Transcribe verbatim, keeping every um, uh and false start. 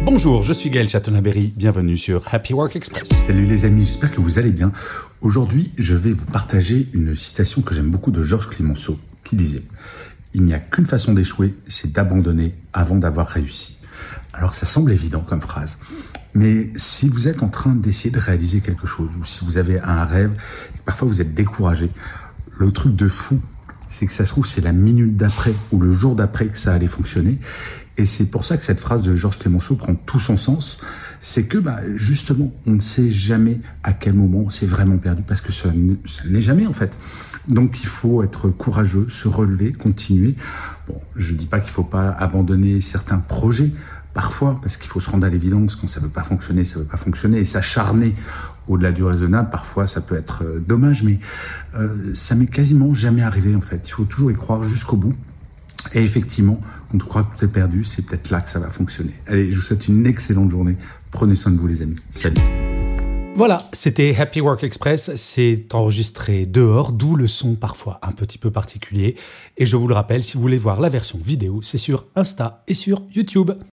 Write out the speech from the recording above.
Bonjour, je suis Gaël Chatonaberry, bienvenue sur Happy Work Express. Salut les amis, j'espère que vous allez bien. Aujourd'hui, je vais vous partager une citation que j'aime beaucoup de Georges Clemenceau, qui disait « Il n'y a qu'une façon d'échouer, c'est d'abandonner avant d'avoir réussi ». Alors ça semble évident comme phrase, mais si vous êtes en train d'essayer de réaliser quelque chose, ou si vous avez un rêve, et que parfois vous êtes découragé, le truc de fou, c'est que ça se trouve, c'est la minute d'après ou le jour d'après que ça allait fonctionner. Et c'est pour ça que cette phrase de Georges Clemenceau prend tout son sens. C'est que, bah, justement, on ne sait jamais à quel moment c'est vraiment perdu, parce que ça, ne, ça n'est jamais, en fait. Donc, il faut être courageux, se relever, continuer. Bon, je dis pas qu'il faut pas abandonner certains projets, parfois, parce qu'il faut se rendre à l'évidence, quand ça veut pas fonctionner, ça veut pas fonctionner, et s'acharner au-delà du raisonnable, parfois ça peut être euh, dommage, mais euh, ça m'est quasiment jamais arrivé, en fait. Il faut toujours y croire jusqu'au bout. Et effectivement, quand on croit que tout est perdu, c'est peut-être là que ça va fonctionner. Allez, je vous souhaite une excellente journée. Prenez soin de vous, les amis. Salut. Voilà, c'était Happy Work Express. C'est enregistré dehors, d'où le son parfois un petit peu particulier. Et je vous le rappelle, si vous voulez voir la version vidéo, c'est sur Insta et sur YouTube.